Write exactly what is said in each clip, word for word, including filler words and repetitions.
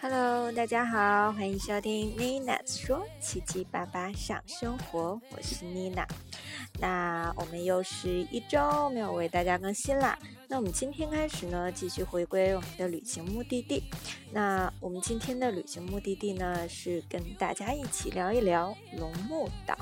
Hello， 大家好，欢迎收听 Nina 说七七八八上生活，我是 Nina。那我们又是一周没有为大家更新啦。那我们今天开始呢，继续回归我们的旅行目的地。那我们今天的旅行目的地呢，是跟大家一起聊一聊龙目岛。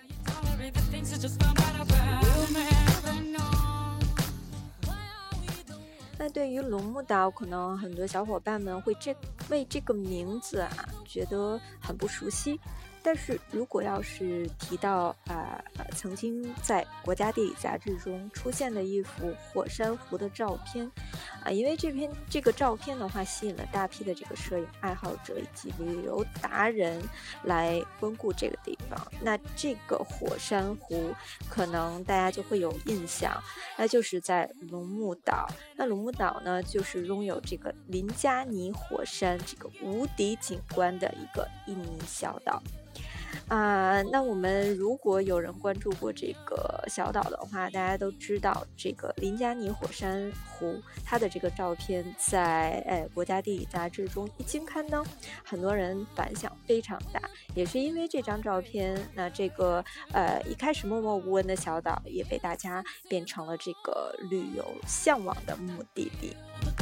那对于龙目岛，可能很多小伙伴们会这为这个名字啊觉得很不熟悉。但是如果要是提到啊、呃、曾经在国家地理杂志中出现的一幅火山湖的照片啊、呃，因为这篇这个照片的话，吸引了大批的这个摄影爱好者以及旅游达人来光顾这个地方。那这个火山湖可能大家就会有印象，那就是在龙目岛。那龙目岛呢，就是拥有这个林加尼火山这个无敌景观的一个印尼小岛。啊、呃，那我们如果有人关注过这个小岛的话，大家都知道这个林加尼火山湖，它的这个照片在呃国家地理杂志中一经刊登，很多人反响非常大。也是因为这张照片，那这个呃一开始默默无闻的小岛，也被大家变成了这个旅游向往的目的地。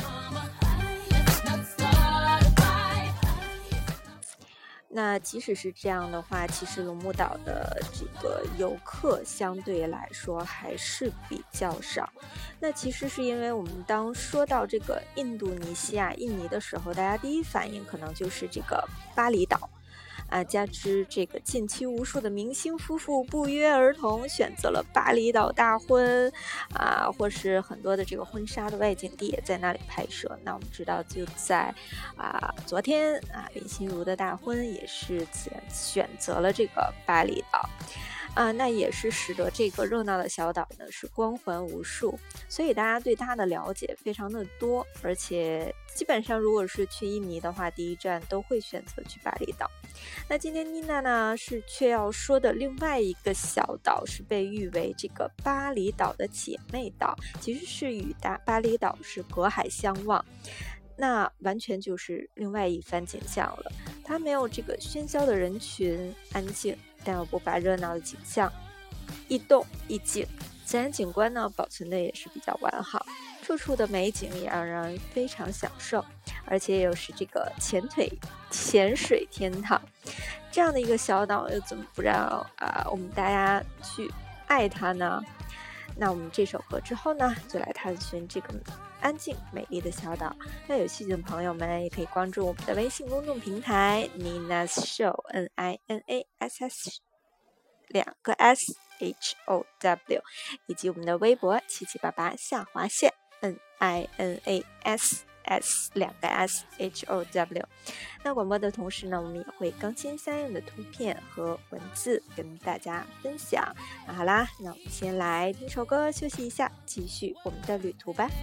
那即使是这样的话，其实龙目岛的这个游客相对来说还是比较少。那其实是因为我们当说到这个印度尼西亚、印尼的时候，大家第一反应可能就是这个巴厘岛。啊，加之这个近期无数的明星夫妇不约而同选择了巴厘岛大婚啊，或是很多的这个婚纱的外景地也在那里拍摄。那我们知道就在啊昨天啊林心如的大婚也是选择了这个巴厘岛。啊，那也是使得这个热闹的小岛呢是光环无数，所以大家对它的了解非常的多，而且基本上如果是去印尼的话，第一站都会选择去巴厘岛。那今天妮娜呢是却要说的另外一个小岛，是被誉为这个巴厘岛的姐妹岛，其实是与大巴厘岛是隔海相望。那完全就是另外一番景象了，它没有这个喧嚣的人群，安静但又不乏热闹的景象，一动一静，自然景观呢保存的也是比较完好，处处的美景也让人非常享受，而且又是这个潜腿潜水天堂，这样的一个小岛又怎么不让啊、呃、我们大家去爱它呢？那我们这首歌之后呢，就来探寻这个安静美丽的小岛。那有兴趣的朋友们也可以关注我们的微信公众平台 Nina's Show N I N A S S 两个 S H O W， 以及我们的微博七七八八下划线 N I N A S S 两个 S H O W。 那广播的同时呢，我们也会更新相应的图片和文字跟大家分享。那好啦，那我们先来听首歌休息一下，继续我们的旅途吧。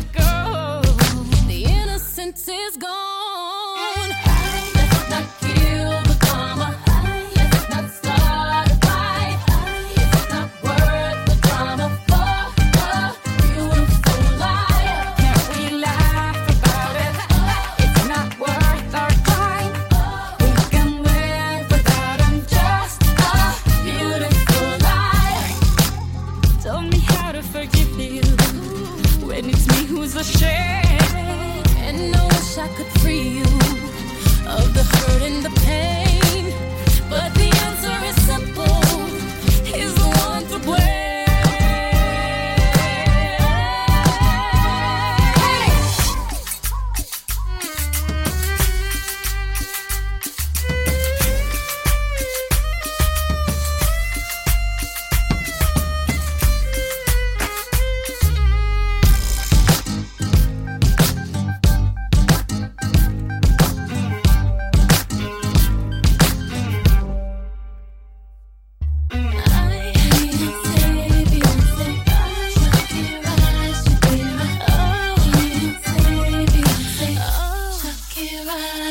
Is gone. I'm not here.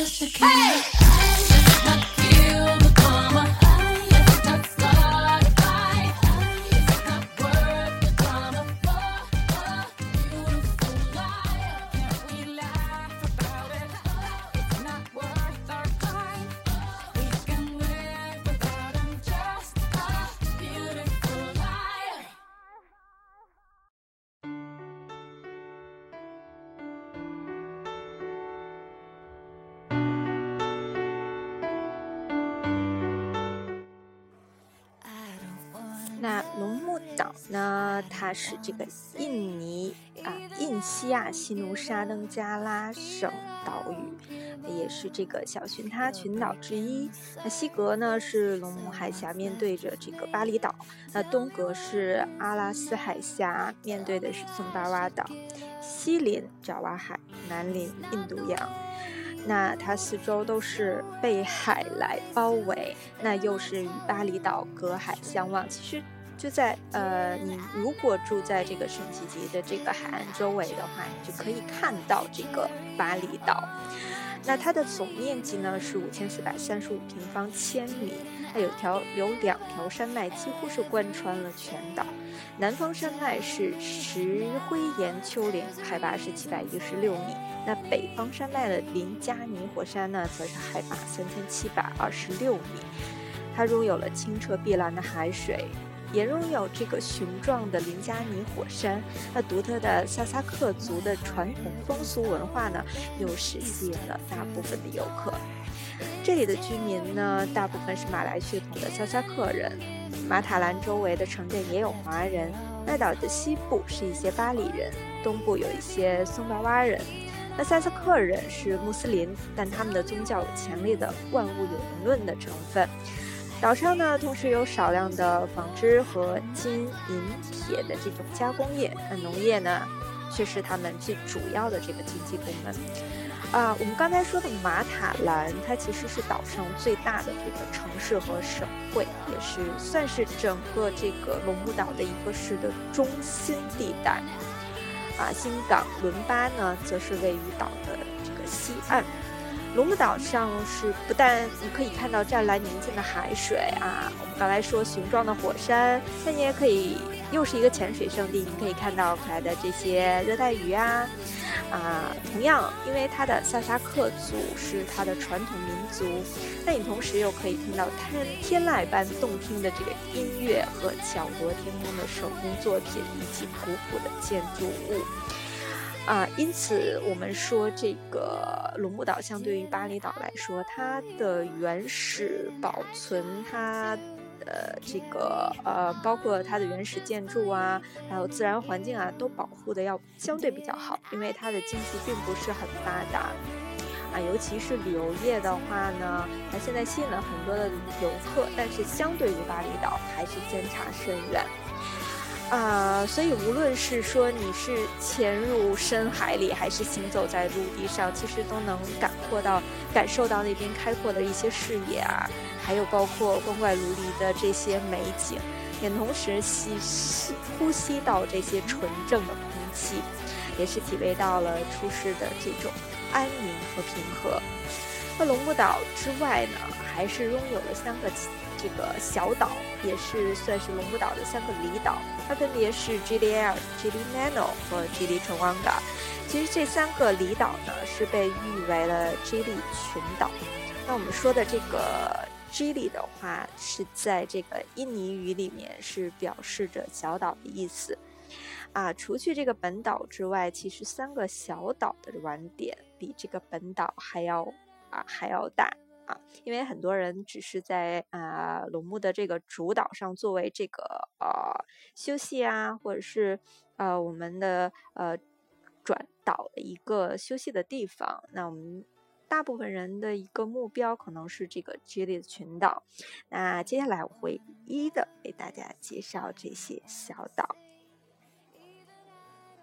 那龙目岛呢，它是这个印尼啊印西亚西努沙登加拉省岛屿，也是这个小群他群岛之一。那西格呢是龙目海峡，面对着这个巴厘岛；那东格是阿拉斯海峡，面对的是松巴瓦岛；西临爪哇海，南临印度洋。那它四周都是被海来包围，那又是与巴厘岛隔海相望。其实就在呃，你如果住在这个圣吉吉的这个海岸周围的话，你就可以看到这个巴厘岛。那它的总面积呢是五千四百三十五平方千米，它有条有两条山脉几乎是贯穿了全岛。南方山脉是石灰岩丘陵，海拔是七百一十六米。那北方山脉的林加尼火山呢，则是海拔三千七百二十六米。它拥有了清澈碧蓝的海水，也拥有这个雄壮的林加尼火山。那独特的萨萨克族的传统风俗文化呢，又是吸引了大部分的游客。这里的居民呢，大部分是马来血统的萨萨克人。马塔兰周围的城镇也有华人。那岛的西部是一些巴里人，东部有一些松巴哇人。那萨萨克人是穆斯林，但他们的宗教有强烈的万物有灵论的成分。岛上呢，同时有少量的纺织和金银铁的这种加工业，那农业呢，却是他们最主要的这个经济部门。啊，我们刚才说的马塔兰，它其实是岛上最大的这个城市和省会，也是算是整个这个龙目岛的一个市的中心地带。啊，新港伦巴呢，则是位于岛的这个西岸。龙目岛上是不但你可以看到湛蓝宁静的海水啊，我们刚才说雄壮的火山，那你也可以又是一个潜水圣地，你可以看到可爱的这些热带鱼啊。啊，同样，因为它的萨萨克族是它的传统民族，那你同时又可以听到天天籁般动听的这个音乐和巧夺天工的手工作品，以及古朴的建筑物。啊，因此我们说这个龙目岛相对于巴厘岛来说，它的原始保存，它呃这个呃包括它的原始建筑啊，还有自然环境啊，都保护的要相对比较好，因为它的经济并不是很发达啊，尤其是旅游业的话呢，它现在吸引了很多的游客，但是相对于巴厘岛还是相差甚远。啊，所以无论是说你是潜入深海里，还是行走在陆地上，其实都能感受到感受到那边开阔的一些视野啊，还有包括光怪陆离的这些美景，也同时吸吸呼吸到这些纯正的空气，也是体味到了出世的这种安宁和平和。那龙目岛之外呢，还是拥有了三个这个小岛，也是算是龙目岛的三个离岛，它分别是 Gili Air、Gili Mano 和 Gili Trawangan。其实这三个离岛呢，是被誉为了 Gili 群岛。那我们说的这个 Gili 的话，是在这个印尼语里面是表示着小岛的意思。啊，除去这个本岛之外，其实三个小岛的玩点比这个本岛还要啊还要大。啊，因为很多人只是在啊龙目的这个主岛上作为这个呃休息啊，或者是呃我们的呃转岛的一个休息的地方。那我们大部分人的一个目标可能是这个吉里的群岛。那接下来我会一一的为大家介绍这些小岛。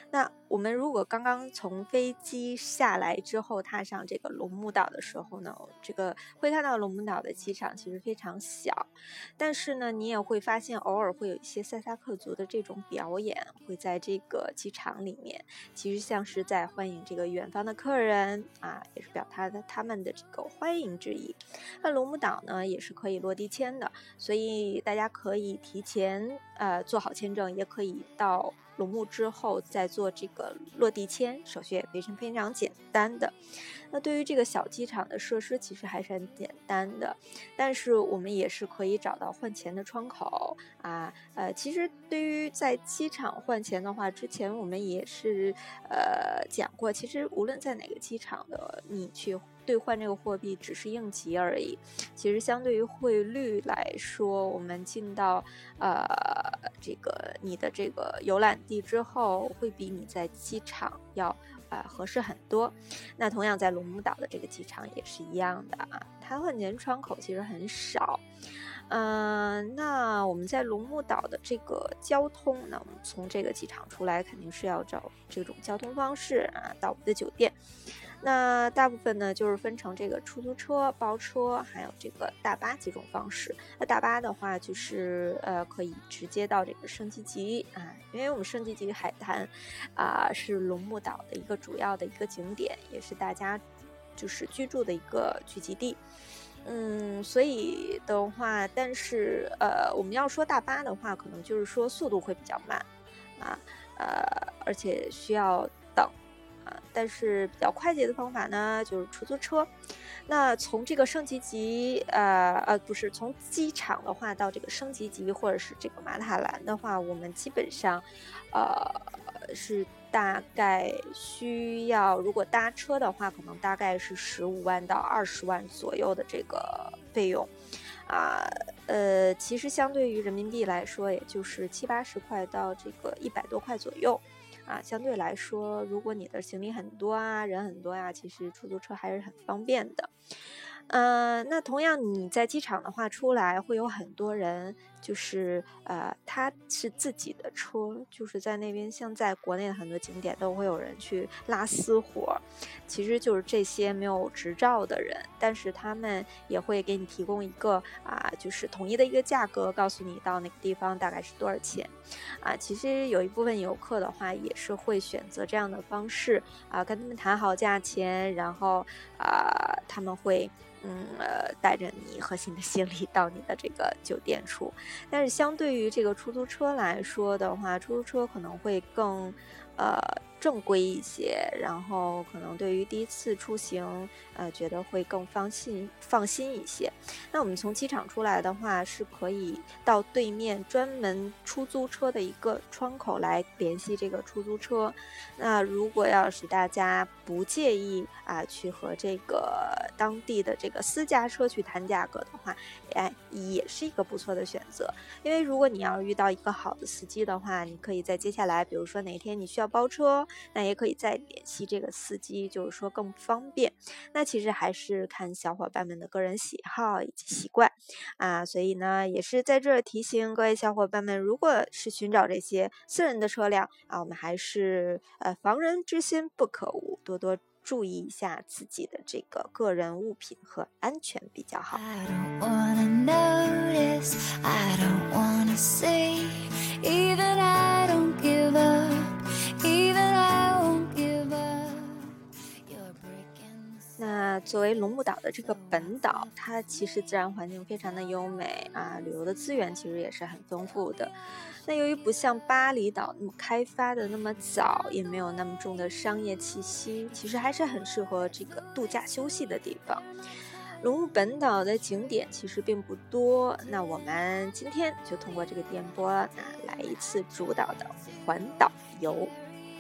那我们如果刚刚从飞机下来之后踏上这个龙目岛的时候呢，这个会看到龙目岛的机场其实非常小，但是呢你也会发现偶尔会有一些塞萨克族的这种表演会在这个机场里面，其实像是在欢迎这个远方的客人啊，也是表达的他们的这个欢迎之意。那龙目岛呢也是可以落地签的，所以大家可以提前呃做好签证，也可以到龙目之后再做这个落地签，手续也非常非常简单的。那对于这个小机场的设施其实还是很简单的，但是我们也是可以找到换钱的窗口啊。呃，其实对于在机场换钱的话，之前我们也是呃讲过，其实无论在哪个机场的，你去兑换这个货币只是应急而已。其实相对于汇率来说，我们进到呃这个你的这个游览地之后，会比你在机场要呃合适很多。那同样在龙目岛的这个机场也是一样的啊，它换钱窗口其实很少。嗯、呃，那我们在龙目岛的这个交通呢，我们从这个机场出来肯定是要找这种交通方式啊，到我们的酒店。那大部分呢就是分成这个出租车、包车还有这个大巴几种方式。那大巴的话就是呃可以直接到这个圣吉吉啊，因为我们圣吉吉海滩啊是龙目岛的一个主要的一个景点，也是大家就是居住的一个聚集地。嗯，所以的话，但是呃我们要说大巴的话，可能就是说速度会比较慢啊，呃而且需要等。但是比较快捷的方法呢，就是出租车。那从这个圣吉吉，呃呃，不是从机场的话到这个圣吉吉或者是这个马塔兰的话，我们基本上，呃，是大概需要，如果搭车的话，可能大概是十五万到二十万左右的这个费用。啊，呃，其实相对于人民币来说，也就是七八十块到这个一百多块左右。啊，相对来说，如果你的行李很多啊，人很多呀、啊，其实出租车还是很方便的。呃，那同样你在机场的话出来会有很多人，就是呃，他是自己的车，就是在那边像在国内的很多景点都会有人去拉私活，其实就是这些没有执照的人，但是他们也会给你提供一个啊，就是统一的一个价格，告诉你到那个地方大概是多少钱啊。其实有一部分游客的话也是会选择这样的方式啊，跟他们谈好价钱，然后啊他们会。嗯呃，带着你和你的行李到你的这个酒店处，但是相对于这个出租车来说的话，出租车可能会更呃正规一些，然后可能对于第一次出行，呃，觉得会更放心放心一些。那我们从机场出来的话，是可以到对面专门出租车的一个窗口来联系这个出租车。那如果要是大家不介意啊，去和这个当地的这个私家车去谈价格的话，哎，也是一个不错的选择。因为如果你要遇到一个好的司机的话，你可以在接下来，比如说哪天你需要包车，那也可以再联系这个司机，就是说更方便。那其实还是看小伙伴们的个人喜好以及习惯啊，所以呢，也是在这儿提醒各位小伙伴们，如果是寻找这些私人的车辆啊，我们还是呃防人之心不可无，多多注意一下自己的这个个人物品和安全比较好。I don't wanna notice, I don't wanna see, even I don't give up, even I won't give up. You're breaking. 那作为龙目岛的这个本岛，它其实自然环境非常的优美啊，旅游的资源其实也是很丰富的。那由于不像巴厘岛那么开发的那么早，也没有那么重的商业气息，其实还是很适合这个度假休息的地方。龙目本岛的景点其实并不多，那我们今天就通过这个电波啊，来一次主岛的环岛游。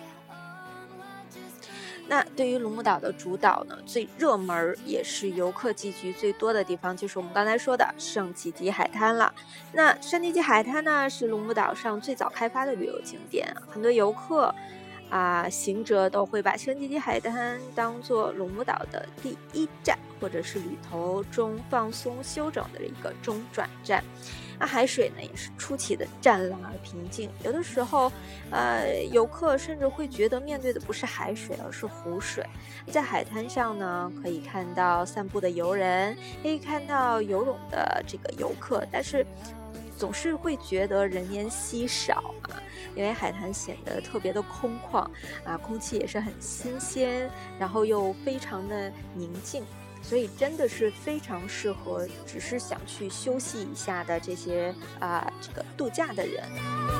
那对于龙目岛的主岛呢，最热门也是游客聚集最多的地方，就是我们刚才说的圣吉吉海滩了。那圣吉吉海滩呢，是龙目岛上最早开发的旅游景点，很多游客啊，行者都会把圣吉吉海滩当作龙目岛的第一站，或者是旅途中放松休整的一个中转站。那海水呢，也是出奇的湛蓝而平静，有的时候，呃，游客甚至会觉得面对的不是海水，而是湖水。在海滩上呢，可以看到散步的游人，可以看到游泳的这个游客，但是总是会觉得人烟稀少啊，因为海滩显得特别的空旷啊，空气也是很新鲜，然后又非常的宁静。所以真的是非常适合只是想去休息一下的这些啊、呃、这个度假的人。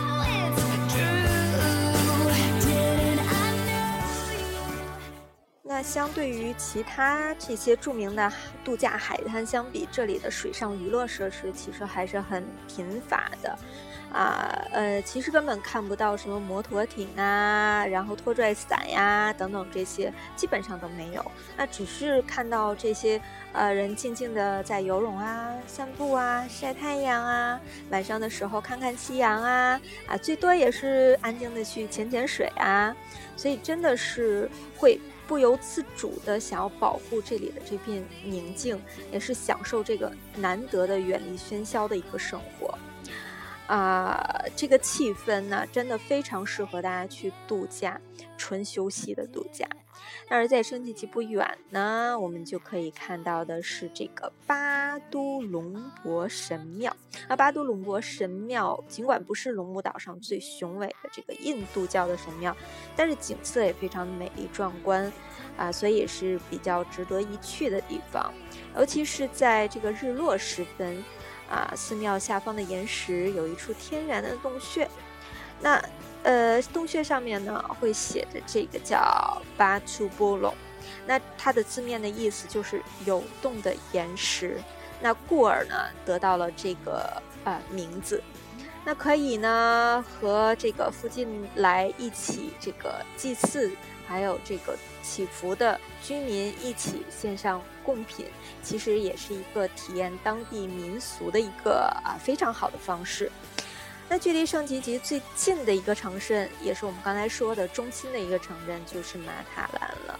那相对于其他这些著名的度假海滩相比，这里的水上娱乐设施其实还是很贫乏的。啊，呃，其实根本看不到什么摩托艇啊，然后拖拽伞呀等等这些，基本上都没有。那只是看到这些呃人静静的在游泳啊、散步啊、晒太阳啊，晚上的时候看看夕阳啊，啊，最多也是安静的去潜潜水啊。所以真的是会不由自主的想要保护这里的这片宁静，也是享受这个难得的远离喧嚣的一个生活。啊、呃，这个气氛呢，真的非常适合大家去度假，纯休息的度假。而在圣吉吉不远呢，我们就可以看到的是这个巴都龙博神庙。那巴都龙博神庙尽管不是龙目岛上最雄伟的这个印度教的神庙，但是景色也非常美丽壮观啊，所以也是比较值得一去的地方。尤其是在这个日落时分。啊，寺庙下方的岩石有一处天然的洞穴，那呃洞穴上面呢会写着这个叫巴图波隆，那它的字面的意思就是有洞的岩石，那故而呢得到了这个呃名字。那可以呢和这个附近来一起这个祭祀，还有这个祈福的居民一起献上贡品，其实也是一个体验当地民俗的一个啊非常好的方式。那距离圣吉吉最近的一个城镇，也是我们刚才说的中心的一个城镇，就是马塔兰了。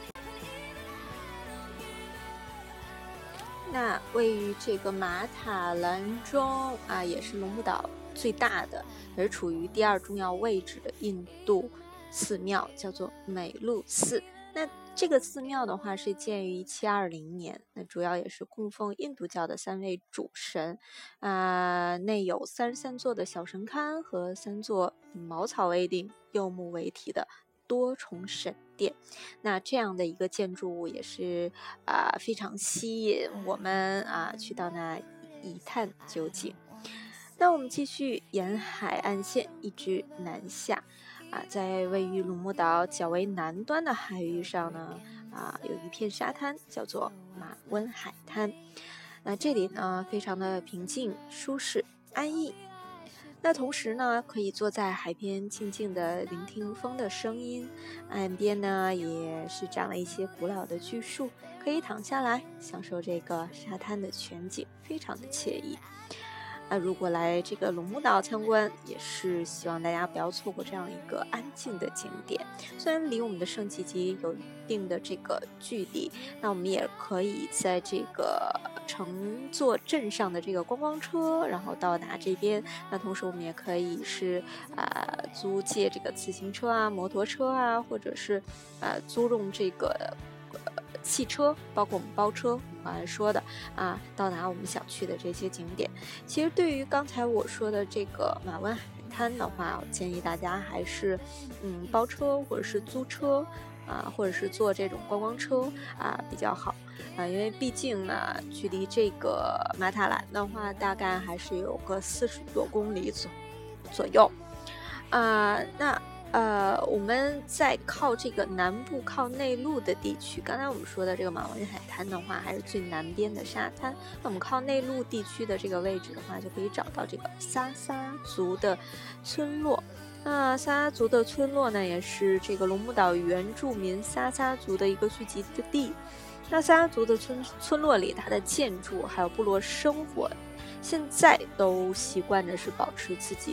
那位于这个马塔兰中啊，也是龙目岛最大的，也是处于第二重要位置的印度寺庙，叫做美露寺。那这个寺庙的话是建于一七二零年，那主要也是供奉印度教的三位主神啊、呃，内有三十三座的小神龛和三座以茅草为顶、柚木为体的多重神殿。那这样的一个建筑物也是啊、呃、非常吸引我们啊去到那一探究竟。那我们继续沿海岸线一直南下啊，在位于龙目岛较为南端的海域上呢，啊，有一片沙滩叫做马温海滩。那这里呢，非常的平静、舒适、安逸。那同时呢，可以坐在海边静静的聆听风的声音，岸边呢也是长了一些古老的巨树，可以躺下来享受这个沙滩的全景，非常的惬意。啊，如果来这个龙目岛参观，也是希望大家不要错过这样一个安静的景点。虽然离我们的圣吉吉有一定的这个距离，那我们也可以在这个乘坐镇上的这个观光车，然后到达这边。那同时我们也可以是啊、呃、租借这个自行车啊、摩托车啊，或者是啊、呃、租用这个。汽车，包括我们包车，我们刚才说的啊，到达我们想去的这些景点。其实对于刚才我说的这个马湾海滩的话，我建议大家还是嗯包车或者是租车啊，或者是坐这种观光车啊比较好啊，因为毕竟呢，距离这个马塔兰的话，大概还是有个四十多公里左左右啊，那。呃，我们在靠这个南部靠内陆的地区，刚才我们说的这个马湾海滩的话，还是最南边的沙滩。那我们靠内陆地区的这个位置的话，就可以找到这个萨萨族的村落。那萨萨族的村落呢，也是这个龙目岛原住民萨萨族的一个聚集的地。那萨萨族的村村落里，它的建筑还有部落生活，现在都习惯着是保持自己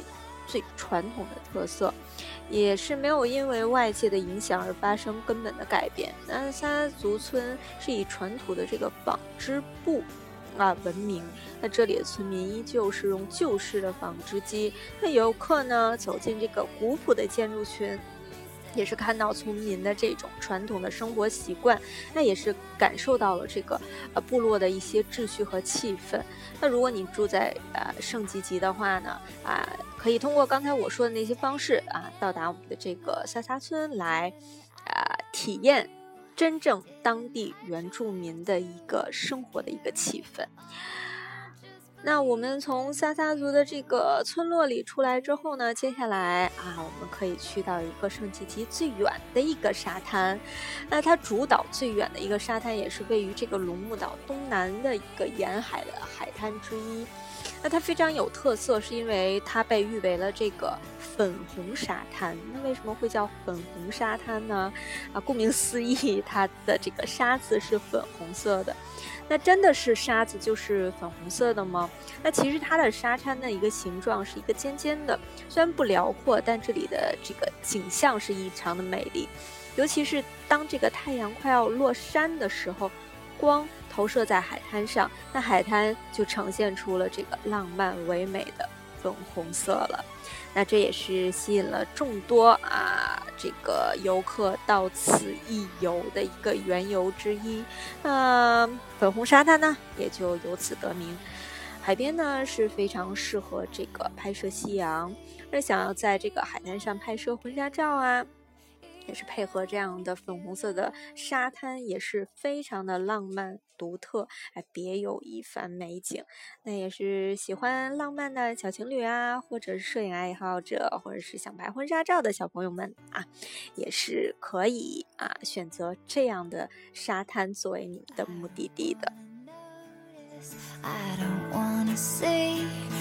最传统的特色，也是没有因为外界的影响而发生根本的改变。那沙家族村是以传统的这个纺织布啊闻名，那这里的村民依旧是用旧式的纺织机。那游客呢走进这个古朴的建筑群，也是看到村民的这种传统的生活习惯，那也是感受到了这个呃部落的一些秩序和气氛。那如果你住在呃圣吉吉的话呢，啊、可以通过刚才我说的那些方式啊，到达我们的这个萨萨村来，啊、体验真正当地原住民的一个生活的一个气氛。那我们从萨萨族的这个村落里出来之后呢，接下来啊，我们可以去到一个圣吉吉最远的一个沙滩。那它主岛最远的一个沙滩，也是位于这个龙目岛东南的一个沿海的海滩之一。那它非常有特色，是因为它被誉为了这个粉红沙滩。那为什么会叫粉红沙滩呢？啊，顾名思义，它的这个沙子是粉红色的。那真的是沙子就是粉红色的吗？那其实它的沙滩的一个形状是一个尖尖的，虽然不辽阔，但这里的这个景象是异常的美丽。尤其是当这个太阳快要落山的时候，光投射在海滩上，那海滩就呈现出了这个浪漫唯美的粉红色了。那这也是吸引了众多啊这个游客到此一游的一个缘由之一。那粉红沙滩呢，也就由此得名。海边呢是非常适合这个拍摄夕阳，而想要在这个海滩上拍摄婚纱照啊，也是配合这样的粉红色的沙滩，也是非常的浪漫独特，哎，别有一番美景。那也是喜欢浪漫的小情侣啊，或者是摄影爱好者，或者是想拍婚纱照的小朋友们啊，也是可以啊选择这样的沙滩作为你们的目的地的。I don't wanna say,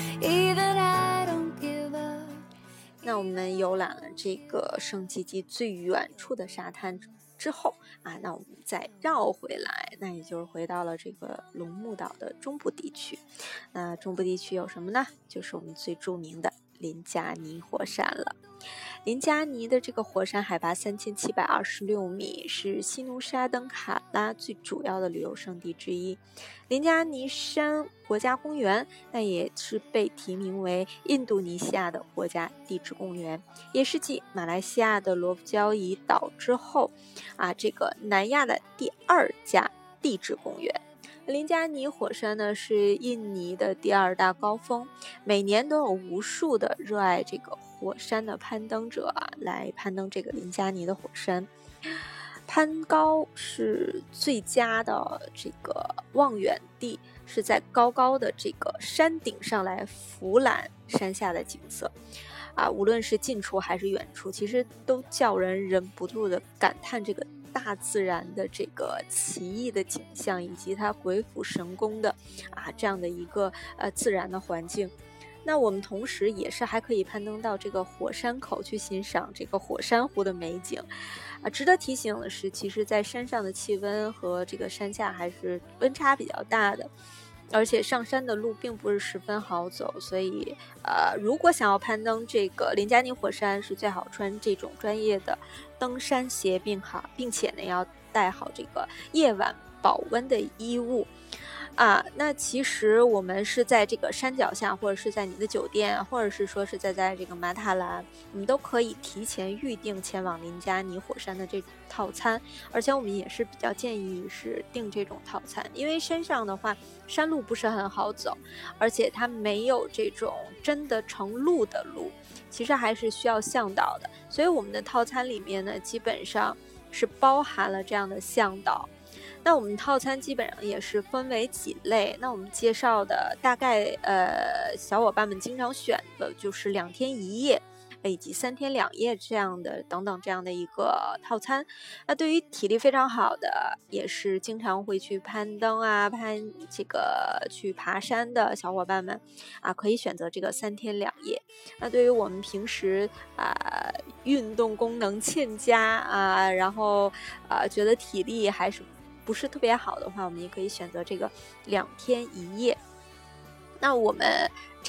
even I don't give up. 那我们游览了这个圣吉吉最远处的沙滩之后啊，那我们再绕回来，那也就是回到了这个龙目岛的中部地区。那中部地区有什么呢？就是我们最著名的林加尼火山了。林加尼的这个火山海拔三千七百二十六米，是西努沙登卡拉最主要的旅游胜地之一。林加尼山国家公园，那也是被提名为印度尼西亚的国家地质公园，也是继马来西亚的罗浮礁遗岛之后，啊，这个南亚的第二家地质公园。林加尼火山呢是印尼的第二大高峰，每年都有无数的热爱这个火山的攀登者啊来攀登这个林加尼的火山。攀高是最佳的这个望远地，是在高高的这个山顶上来俯览山下的景色啊，无论是近处还是远处，其实都叫人忍不住的感叹这个大自然的这个奇异的景象，以及它鬼斧神工的啊这样的一个呃自然的环境。那我们同时也是还可以攀登到这个火山口去欣赏这个火山湖的美景啊。值得提醒的是，其实在山上的气温和这个山下还是温差比较大的，而且上山的路并不是十分好走，所以呃，如果想要攀登这个林加尼火山，是最好穿这种专业的登山鞋，并好，并且呢要带好这个夜晚保温的衣物。啊，那其实我们是在这个山脚下，或者是在你的酒店，或者是说是在在这个马塔兰，我们都可以提前预定前往林加尼火山的这种套餐，而且我们也是比较建议是订这种套餐，因为山上的话山路不是很好走，而且它没有这种真的成路的路，其实还是需要向导的，所以我们的套餐里面呢，基本上是包含了这样的向导。那我们套餐基本上也是分为几类，那我们介绍的大概呃小伙伴们经常选的就是两天一夜以及三天两夜这样的等等这样的一个套餐。那对于体力非常好的，也是经常会去攀登啊攀这个去爬山的小伙伴们啊，可以选择这个三天两夜。那对于我们平时啊、呃、运动功能欠佳啊，然后啊、呃、觉得体力还是不是特别好的话，我们也可以选择这个两天一夜。那我们这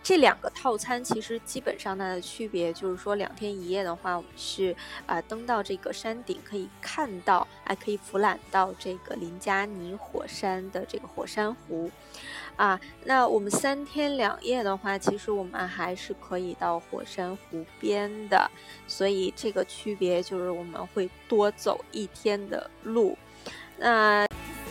这两个套餐其实基本上它的区别就是说，两天一夜的话，我们是啊、呃、登到这个山顶可以看到，还可以俯览到这个林加尼火山的这个火山湖。啊，那我们三天两夜的话，其实我们还是可以到火山湖边的，所以这个区别就是我们会多走一天的路。那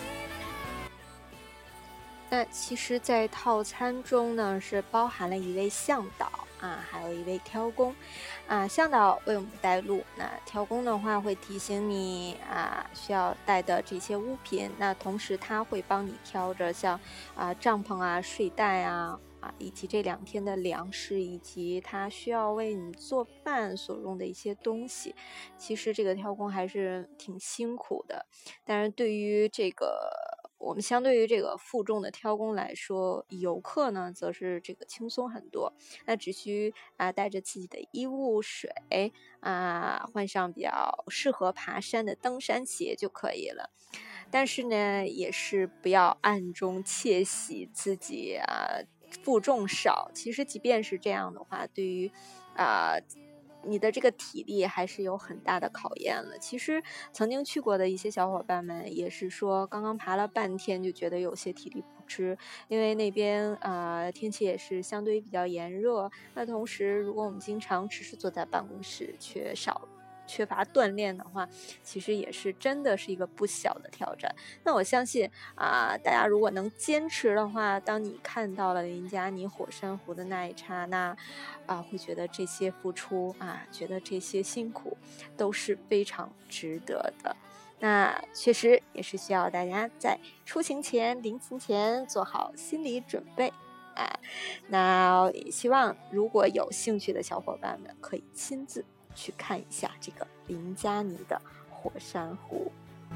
那其实在套餐中呢，是包含了一位向导啊，还有一位挑工啊。向导为我们带路，那挑工的话会提醒你啊需要带的这些物品，那同时他会帮你挑着像啊帐篷啊、睡袋啊。啊，以及这两天的粮食，以及他需要为你做饭所用的一些东西，其实这个挑工还是挺辛苦的。但是对于这个我们相对于这个负重的挑工来说，游客呢则是这个轻松很多。那只需啊带着自己的衣物、水啊，换上比较适合爬山的登山鞋就可以了。但是呢，也是不要暗中窃喜自己啊负重少。其实即便是这样的话，对于啊、呃、你的这个体力还是有很大的考验了。其实曾经去过的一些小伙伴们也是说，刚刚爬了半天就觉得有些体力不支，因为那边啊、呃、天气也是相对比较炎热。那同时，如果我们经常只是坐在办公室，缺少缺乏锻炼的话，其实也是真的是一个不小的挑战。那我相信啊，大家如果能坚持的话，当你看到了林加尼火山湖的那一刹那，啊，会觉得这些付出啊，觉得这些辛苦都是非常值得的。那确实也是需要大家在出行前、临行前做好心理准备啊。那也希望如果有兴趣的小伙伴们可以亲自去看一下这个林加尼的火山湖。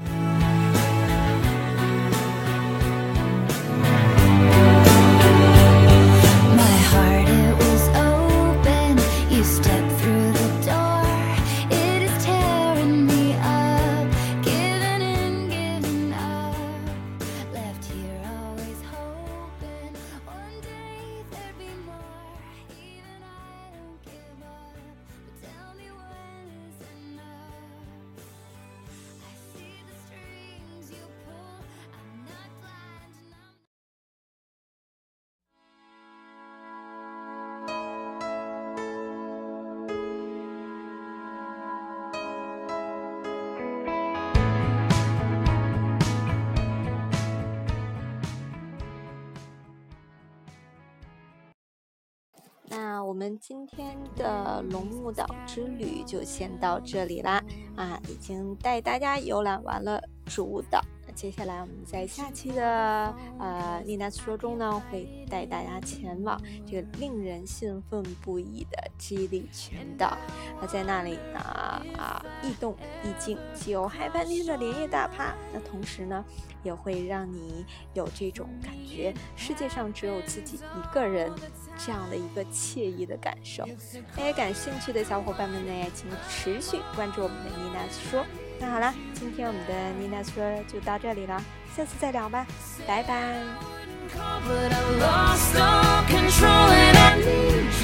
那我们今天的龙目岛之旅就先到这里啦啊，已经带大家游览完了主岛。那接下来我们在下期的呃丽娜说中呢，会带大家前往这个令人兴奋不已的基里群岛。那在那里呢啊，异动异境，既有嗨翻天的连夜大趴，那同时呢也会让你有这种感觉世界上只有自己一个人这样的一个惬意的感受。哎，感兴趣的小伙伴们呢，也请持续关注我们的妮娜说。那好啦，今天我们的妮娜说就到这里了，下次再聊吧，拜拜。